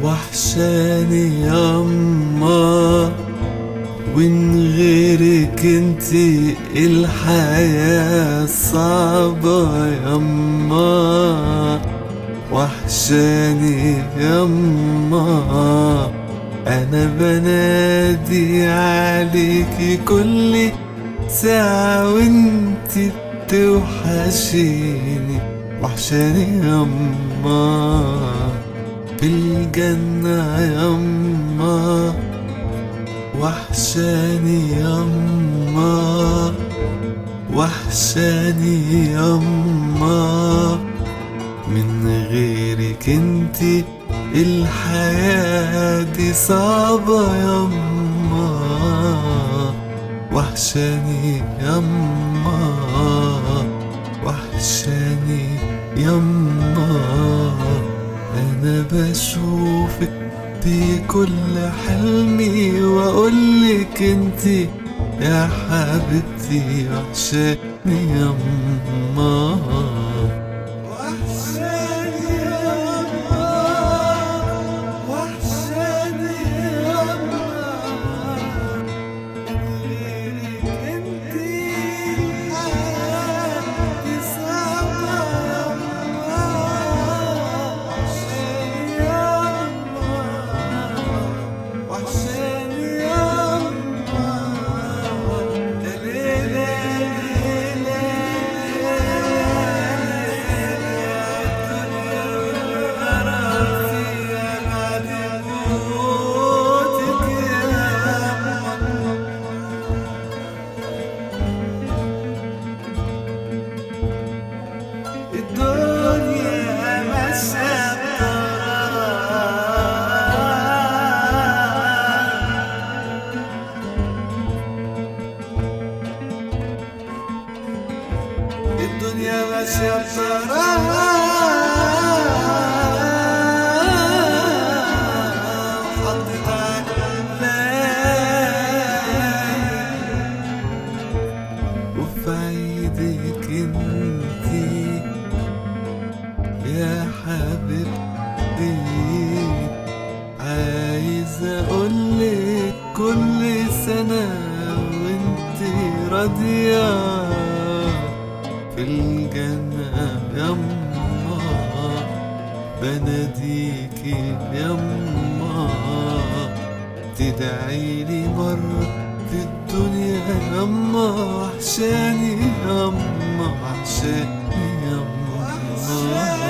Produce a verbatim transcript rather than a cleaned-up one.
وحشاني يما، ومن غيرك انتي الحياة صعبة يما. وحشاني يما، انا بنادي عليكي كل ساعة وانتي بتوحشيني. وحشاني يما في الجنة يما. وحشاني يما، وحشاني يما، من غيرك انتي الحياة دي صعبة يما. وحشاني يما، وحشاني يما، انا بشوفك في كل حلمي واقولك انتي يا حبيبتي. وحشاني يما، وحشاني يما، وحشاني يما، غيرك انتي الحياة دي صعبة يما. وحشاني يما، وحشاني يما، ليلة ليلة الدنيا ماشية الدنيا ماشية بطريقها، وحطت عليك وفي عيدك انتي يا حبيبتي. عايز اقولك كل سنة وانتي راضية في الجنة يما. بناديكي يما، تدعيلي مرة في الدنيا يما. وحشاني يما، وحشاني يما.